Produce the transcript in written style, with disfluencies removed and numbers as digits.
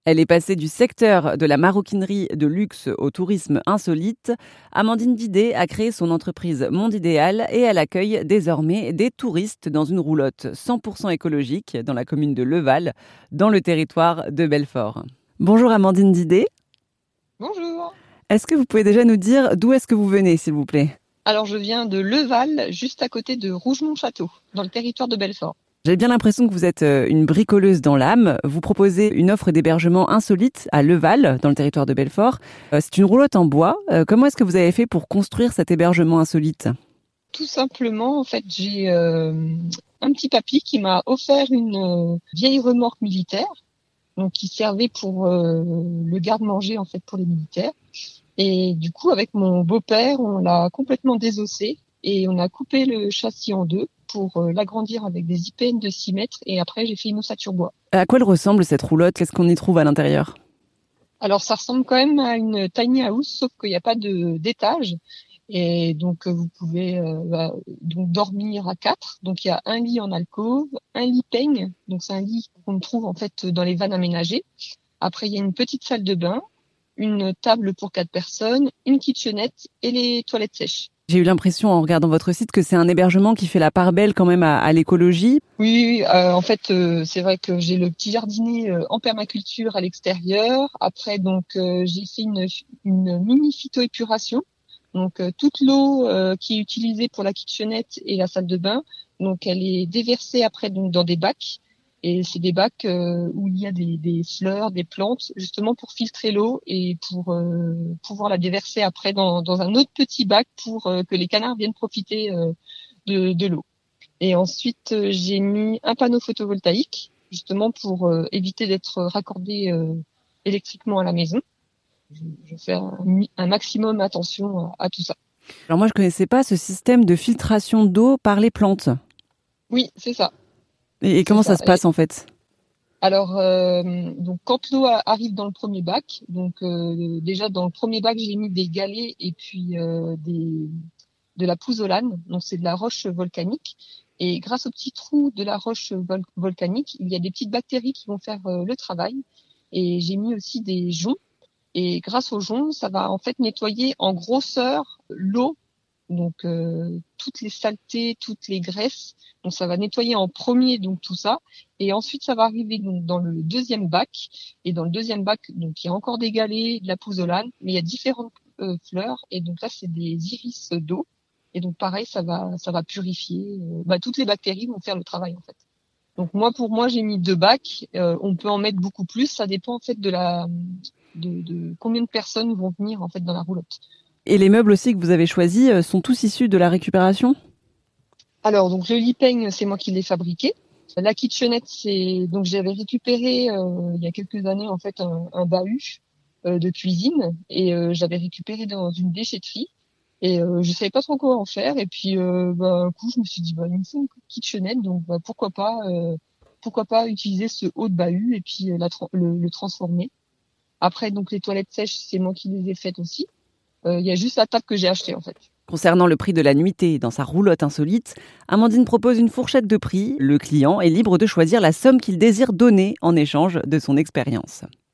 Elle est passée du secteur de la maroquinerie de luxe au tourisme insolite. Amandine Didet a créé son entreprise Monde Idéal et elle accueille désormais des touristes dans une roulotte 100% écologique dans la commune de Leval, dans le territoire de Belfort. Bonjour Amandine Didet. Bonjour. Est-ce que vous pouvez déjà nous dire d'où est-ce que vous venez, s'il vous plaît ? Alors, je viens de Leval, juste à côté de Rougemont-Château, dans le territoire de Belfort. J'ai bien l'impression que vous êtes une bricoleuse dans l'âme. Vous proposez une offre d'hébergement insolite à Leval, dans le territoire de Belfort. C'est une roulotte en bois. Comment est-ce que vous avez fait pour construire cet hébergement insolite ? Tout simplement, en fait, j'ai un petit papy qui m'a offert une vieille remorque militaire, donc qui servait pour le garde-manger en fait pour les militaires. Et du coup, avec mon beau-père, on l'a complètement désossé et on a coupé le châssis en deux pour l'agrandir avec des IPN de 6 mètres. Et après, j'ai fait une ossature bois. À quoi elle ressemble cette roulotte ? Qu'est-ce qu'on y trouve à l'intérieur ? Alors, ça ressemble quand même à une tiny house, sauf qu'il n'y a pas d'étage. Et donc, vous pouvez donc dormir à 4. Donc, il y a un lit en alcôve, un lit peigne. Donc, c'est un lit qu'on trouve en fait dans les vannes aménagées. Après, il y a une petite salle de bain, une table pour 4 personnes, une kitchenette et les toilettes sèches. J'ai eu l'impression en regardant votre site que c'est un hébergement qui fait la part belle quand même à l'écologie. Oui, en fait, c'est vrai que j'ai le petit jardinet en permaculture à l'extérieur. Après, donc, j'ai fait une mini phytoépuration. Donc, toute l'eau qui est utilisée pour la kitchenette et la salle de bain, donc elle est déversée après donc dans des bacs. Et c'est des bacs où il y a des fleurs, des plantes, justement pour filtrer l'eau et pour pouvoir la déverser après dans un autre petit bac pour que les canards viennent profiter de l'eau. Et ensuite, j'ai mis un panneau photovoltaïque, justement pour éviter d'être raccordé électriquement à la maison. Je fais un maximum attention à tout ça. Alors moi, je connaissais pas ce système de filtration d'eau par les plantes. Oui, c'est ça. Et comment ça se passe en fait ? Alors, donc quand l'eau arrive dans le premier bac, donc déjà dans le premier bac j'ai mis des galets et puis de la pouzzolane, donc c'est de la roche volcanique. Et grâce aux petits trous de la roche volcanique, il y a des petites bactéries qui vont faire le travail. Et j'ai mis aussi des joncs. Et grâce aux joncs, ça va en fait nettoyer en grosseur l'eau. Donc toutes les saletés, toutes les graisses, donc ça va nettoyer en premier donc tout ça, et ensuite ça va arriver donc dans le deuxième bac, et dans le deuxième bac donc il y a encore des galets, de la pouzzolane, mais il y a différentes fleurs, et donc là c'est des iris d'eau, et donc pareil ça va purifier, toutes les bactéries vont faire le travail en fait. Donc pour moi j'ai mis 2 bacs, on peut en mettre beaucoup plus, ça dépend en fait de combien de personnes vont venir en fait dans la roulotte. Et les meubles aussi que vous avez choisis sont tous issus de la récupération ? Alors, donc le lit peigne, c'est moi qui l'ai fabriqué. La kitchenette, donc j'avais récupéré il y a quelques années en fait un bahut de cuisine et j'avais récupéré dans une déchetterie et je savais pas trop quoi en faire et puis un coup je me suis dit il me faut une kitchenette donc pourquoi pas utiliser ce haut de bahut et puis le transformer. Après donc les toilettes sèches, c'est moi qui les ai faites aussi. Il y a juste la table que j'ai achetée en fait. Concernant le prix de la nuitée dans sa roulotte insolite, Amandine propose une fourchette de prix. Le client est libre de choisir la somme qu'il désire donner en échange de son expérience.